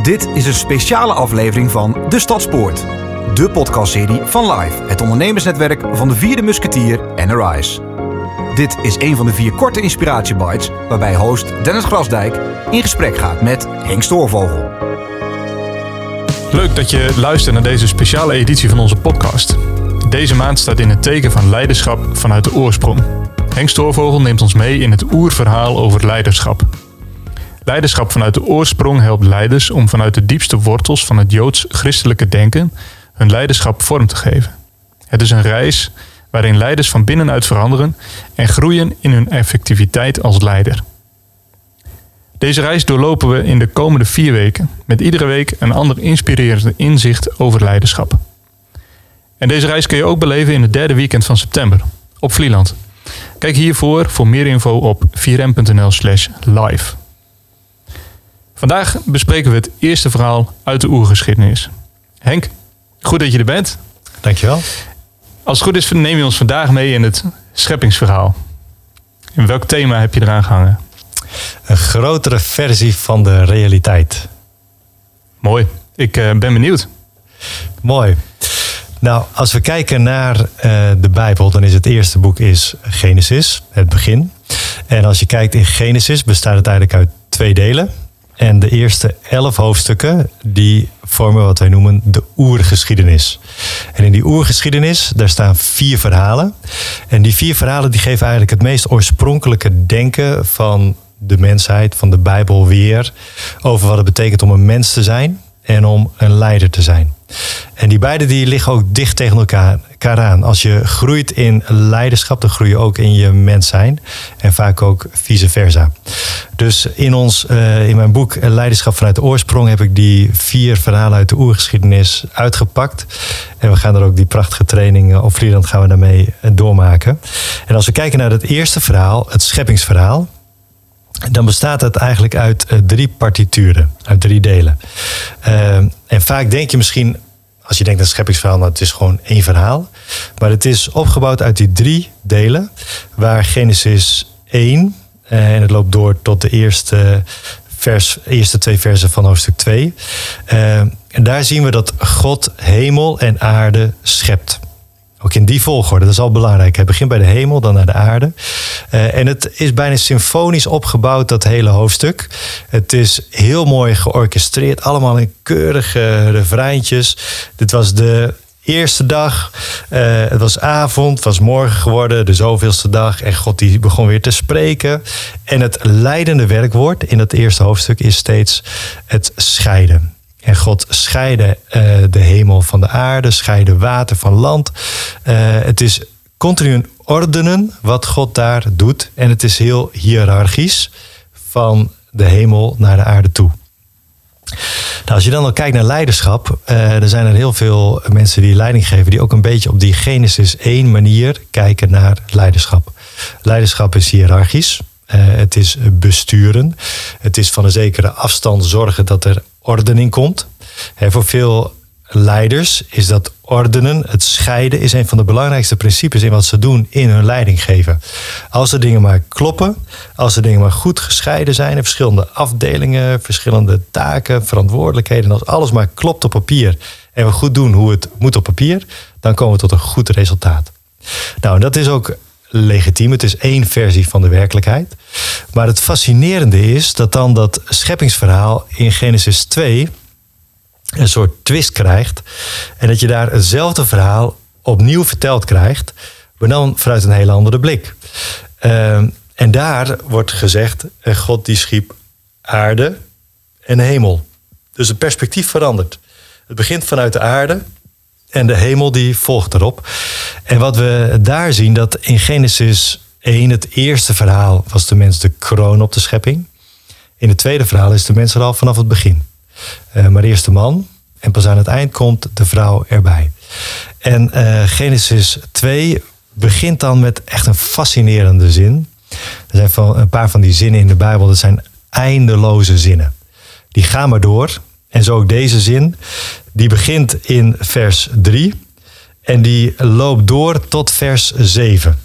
Dit is een speciale aflevering van De Stadspoort. De podcastserie van Live, het ondernemersnetwerk van de Vierde Musketier en Arise. Dit is een van de 4 korte inspiratiebites waarbij host Dennis Grasdijk in gesprek gaat met Henk Stoorvogel. Leuk dat je luistert naar deze speciale editie van onze podcast. Deze maand staat in het teken van leiderschap vanuit de oorsprong. Henk Stoorvogel neemt ons mee in het oerverhaal over leiderschap. Leiderschap vanuit de oorsprong helpt leiders om vanuit de diepste wortels van het joods-christelijke denken hun leiderschap vorm te geven. Het is een reis waarin leiders van binnenuit veranderen en groeien in hun effectiviteit als leider. Deze reis doorlopen we in de komende 4 weken, met iedere week een ander inspirerend inzicht over leiderschap. En deze reis kun je ook beleven in het 3e weekend van september, op Vlieland. Kijk hiervoor voor meer info op 4m.nl/live. Vandaag bespreken we het eerste verhaal uit de oergeschiedenis. Henk, goed dat je er bent. Dankjewel. Als het goed is, neem je ons vandaag mee in het scheppingsverhaal. In welk thema heb je eraan gehangen? Een grotere versie van de realiteit. Mooi, ik ben benieuwd. Mooi. Nou, als we kijken naar de Bijbel, dan is het eerste boek is Genesis, het begin. En als je kijkt in Genesis, bestaat het eigenlijk uit 2 delen. En de eerste 11 hoofdstukken, die vormen wat wij noemen de oergeschiedenis. En in die oergeschiedenis, daar staan 4 verhalen. En die 4 verhalen die geven eigenlijk het meest oorspronkelijke denken van de mensheid, van de Bijbel weer. Over wat het betekent om een mens te zijn en om een leider te zijn. En die beide die liggen ook dicht tegen elkaar aan. Als je groeit in leiderschap, dan groei je ook in je mens zijn. En vaak ook vice versa. Dus in mijn boek Leiderschap vanuit de oorsprong heb ik die 4 verhalen uit de oergeschiedenis uitgepakt. En we gaan er ook die prachtige training op Vlieland gaan we daarmee doormaken. En als we kijken naar het eerste verhaal, het scheppingsverhaal, dan bestaat het eigenlijk uit 3 partituren, uit 3 delen. En vaak denk je misschien, als je denkt aan het scheppingsverhaal, nou, het is gewoon 1 verhaal. Maar het is opgebouwd uit die 3 delen, waar Genesis 1, en het loopt door tot de eerste 2 versen van hoofdstuk 2. En daar zien we dat God hemel en aarde schept. Ook in die volgorde, dat is al belangrijk. Het begint bij de hemel, dan naar de aarde. En het is bijna symfonisch opgebouwd, dat hele hoofdstuk. Het is heel mooi georchestreerd, allemaal in keurige refreintjes. Dit was de eerste dag, het was avond, het was morgen geworden, de zoveelste dag. En God die begon weer te spreken. En het leidende werkwoord in dat eerste hoofdstuk is steeds het scheiden. En God scheidde de hemel van de aarde, scheidde water van land. Het is continu een ordenen wat God daar doet. En het is heel hiërarchisch van de hemel naar de aarde toe. Nou, als je dan kijkt naar leiderschap, er zijn er heel veel mensen die leiding geven, die ook een beetje op die Genesis 1 manier kijken naar leiderschap. Leiderschap is hiërarchisch. Het is besturen. Het is van een zekere afstand zorgen dat er ordening komt. Voor veel leiders is dat ordenen, het scheiden, is een van de belangrijkste principes in wat ze doen in hun leiding geven. Als de dingen maar kloppen, als de dingen maar goed gescheiden zijn in verschillende afdelingen, verschillende taken, verantwoordelijkheden, als alles maar klopt op papier en we goed doen hoe het moet op papier, dan komen we tot een goed resultaat. Nou, en dat is ook legitiem. Het is 1 versie van de werkelijkheid. Maar het fascinerende is dat dan dat scheppingsverhaal in Genesis 2 een soort twist krijgt. En dat je daar hetzelfde verhaal opnieuw verteld krijgt, maar dan vanuit een hele andere blik. En daar wordt gezegd, God die schiep aarde en hemel. Dus het perspectief verandert. Het begint vanuit de aarde en de hemel die volgt erop. En wat we daar zien, dat in Genesis 1, het eerste verhaal, was de mens de kroon op de schepping. In het tweede verhaal is de mens er al vanaf het begin. Maar eerst de man en pas aan het eind komt de vrouw erbij. En Genesis 2 begint dan met echt een fascinerende zin. Er zijn een paar van die zinnen in de Bijbel, dat zijn eindeloze zinnen. Die gaan maar door. En zo ook deze zin. Die begint in vers 3 en die loopt door tot vers 7.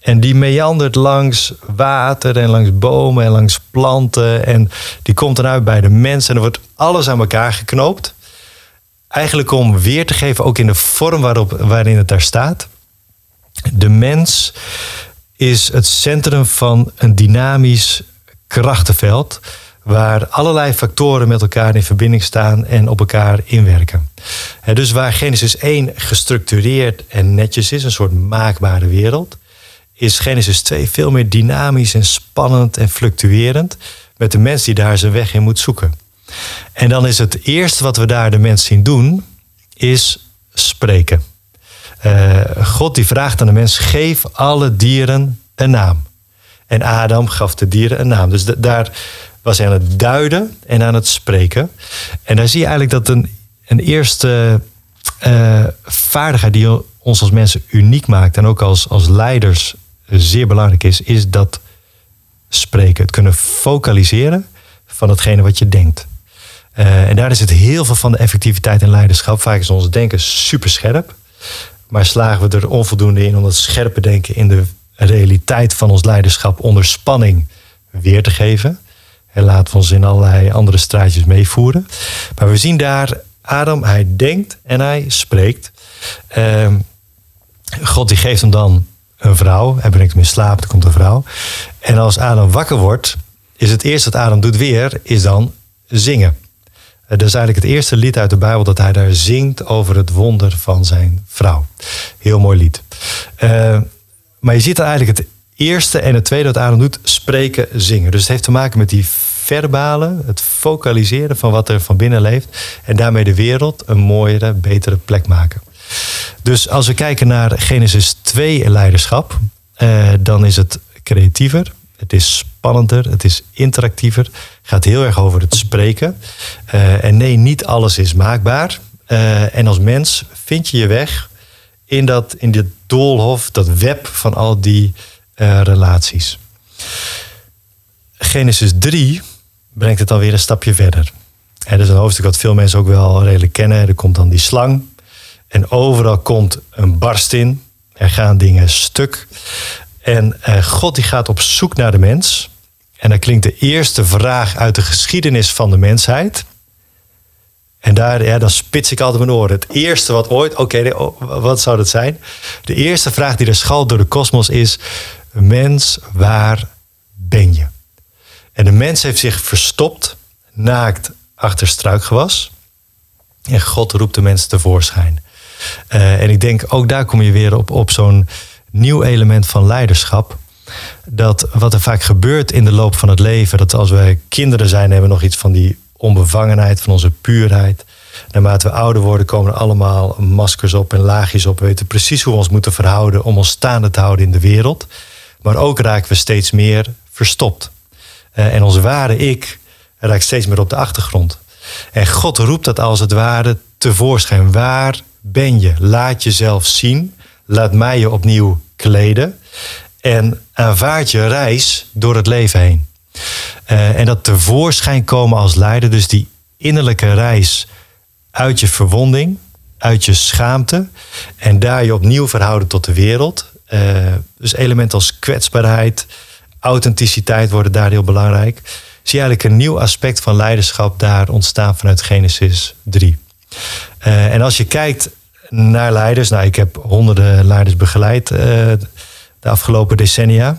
En die meandert langs water en langs bomen en langs planten. En die komt dan uit bij de mens. En er wordt alles aan elkaar geknoopt. Eigenlijk om weer te geven, ook in de vorm waarin het daar staat. De mens is het centrum van een dynamisch krachtenveld, waar allerlei factoren met elkaar in verbinding staan en op elkaar inwerken. Dus waar Genesis 1 gestructureerd en netjes is, een soort maakbare wereld, is Genesis 2 veel meer dynamisch en spannend en fluctuerend, met de mens die daar zijn weg in moet zoeken. En dan is het eerste wat we daar de mens zien doen, is spreken. God die vraagt aan de mens, geef alle dieren een naam. En Adam gaf de dieren een naam. Dus daar was hij aan het duiden en aan het spreken. En daar zie je eigenlijk dat een eerste vaardigheid die ons als mensen uniek maakt en ook als leiders zeer belangrijk is dat spreken. Het kunnen focaliseren van hetgene wat je denkt. En daar zit heel veel van de effectiviteit in leiderschap. Vaak is ons denken superscherp, maar slagen we er onvoldoende in om dat scherpe denken in de realiteit van ons leiderschap onder spanning weer te geven. En laten we ons in allerlei andere straatjes meevoeren. Maar we zien daar Adam, hij denkt en hij spreekt. God die geeft hem dan een vrouw. Hij brengt hem in slaap, er komt een vrouw. En als Adam wakker wordt, is het eerste wat Adam doet weer, is dan zingen. Dat is eigenlijk het eerste lied uit de Bijbel dat hij daar zingt over het wonder van zijn vrouw. Heel mooi lied. Maar je ziet dan eigenlijk het eerste en het tweede wat Adam doet, spreken, zingen. Dus het heeft te maken met die verbale, het focaliseren van wat er van binnen leeft. En daarmee de wereld een mooiere, betere plek maken. Dus als we kijken naar Genesis 2 leiderschap, dan is het creatiever. Het is spannender, het is interactiever. Het gaat heel erg over het spreken. En nee, niet alles is maakbaar. En als mens vind je je weg in dit doolhof, dat web van al die relaties. Genesis 3 brengt het alweer een stapje verder. Dat is een hoofdstuk wat veel mensen ook wel redelijk kennen. Er komt dan die slang. En overal komt een barst in. Er gaan dingen stuk. En God die gaat op zoek naar de mens. En dan klinkt de eerste vraag uit de geschiedenis van de mensheid. En daar, dan spits ik altijd mijn oren. Het eerste wat ooit, wat zou dat zijn? De eerste vraag die er schalt door de kosmos is: mens, waar ben je? En de mens heeft zich verstopt, naakt achter struikgewas. En God roept de mens tevoorschijn. En ik denk, ook daar kom je weer op zo'n nieuw element van leiderschap. Dat wat er vaak gebeurt in de loop van het leven, dat als wij kinderen zijn, hebben we nog iets van die onbevangenheid, van onze puurheid. Naarmate we ouder worden, komen er allemaal maskers op en laagjes op. We weten precies hoe we ons moeten verhouden om ons staande te houden in de wereld. Maar ook raken we steeds meer verstopt. En ons ware ik raakt steeds meer op de achtergrond. En God roept dat als het ware tevoorschijn. Waar ben je? Laat jezelf zien. Laat mij je opnieuw kleden. En aanvaard je reis door het leven heen. En dat tevoorschijn komen als leider. Dus die innerlijke reis uit je verwonding. Uit je schaamte. En daar je opnieuw verhouden tot de wereld. Dus elementen als kwetsbaarheid, authenticiteit worden daar heel belangrijk. Zie je eigenlijk een nieuw aspect van leiderschap daar ontstaan vanuit Genesis 3. En als je kijkt naar leiders, ik heb honderden leiders begeleid de afgelopen decennia.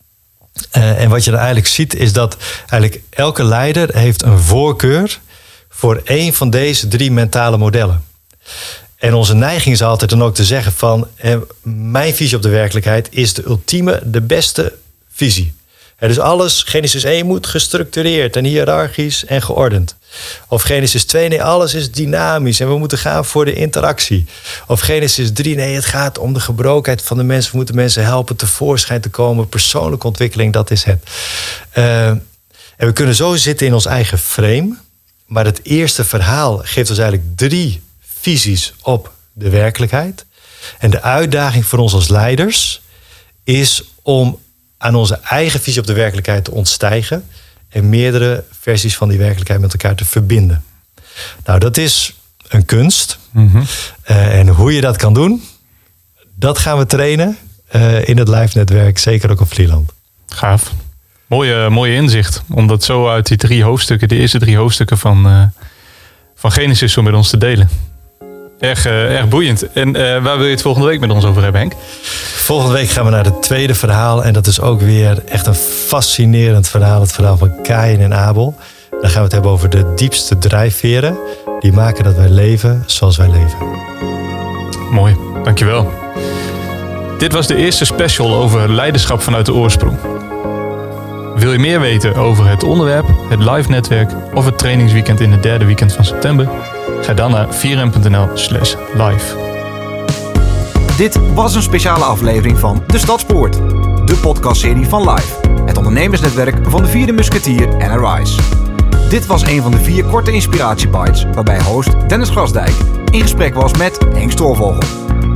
En wat je dan eigenlijk ziet is dat eigenlijk elke leider heeft een voorkeur voor één van deze 3 mentale modellen. En onze neiging is altijd dan ook te zeggen van, mijn visie op de werkelijkheid is de ultieme, de beste visie. Dus alles, Genesis 1 moet gestructureerd en hiërarchisch en geordend. Of Genesis 2, nee, alles is dynamisch en we moeten gaan voor de interactie. Of Genesis 3, nee, het gaat om de gebrokenheid van de mensen. We moeten mensen helpen tevoorschijn te komen. Persoonlijke ontwikkeling, dat is het. En we kunnen zo zitten in ons eigen frame. Maar het eerste verhaal geeft ons eigenlijk 3 visies op de werkelijkheid. En de uitdaging voor ons als leiders is om aan onze eigen visie op de werkelijkheid te ontstijgen en meerdere versies van die werkelijkheid met elkaar te verbinden. Nou, dat is een kunst. Mm-hmm. En hoe je dat kan doen, dat gaan we trainen. in het Live-netwerk, zeker ook op Vlieland. Gaaf. Mooie inzicht. Om dat zo uit die de eerste 3 hoofdstukken van Genesis zo met ons te delen. Erg boeiend. En waar wil je het volgende week met ons over hebben, Henk? Volgende week gaan we naar het tweede verhaal. En dat is ook weer echt een fascinerend verhaal. Het verhaal van Kaïn en Abel. Dan gaan we het hebben over de diepste drijfveren. Die maken dat wij leven zoals wij leven. Mooi, dankjewel. Dit was de eerste special over leiderschap vanuit de oorsprong. Wil je meer weten over het onderwerp, het live-netwerk of het trainingsweekend in het derde weekend van september? Ga dan naar 4m.nl/live. Dit was een speciale aflevering van De Stadspoort, de podcastserie van Live, het ondernemersnetwerk van de Vierde Musketier en Arise. Dit was een van de 4 korte inspiratiebites waarbij host Dennis Grasdijk in gesprek was met Henk Stoorvogel.